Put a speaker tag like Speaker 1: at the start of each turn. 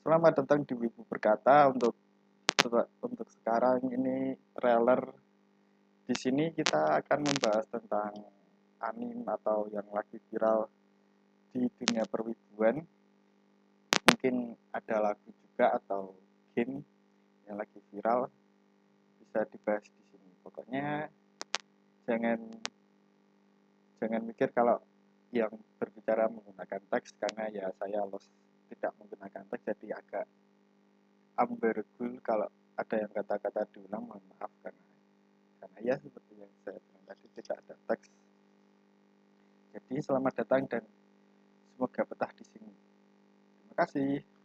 Speaker 1: Selamat datang di Wibu Berkata. Untuk sekarang ini trailer. Di sini kita akan membahas tentang anime atau yang lagi viral di dunia perwibuan. Mungkin ada lagu juga atau game yang lagi viral, bisa dibahas di sini. Pokoknya jangan mikir kalau yang berbicara menggunakan teks, karena ya saya tidak menggunakan teks, jadi agak ambergul kalau ada yang kata-kata diulang, mohon maaf, karena ya seperti yang saya bilang tadi, tidak ada teks. Jadi selamat datang dan semoga betah di sini. Terima kasih.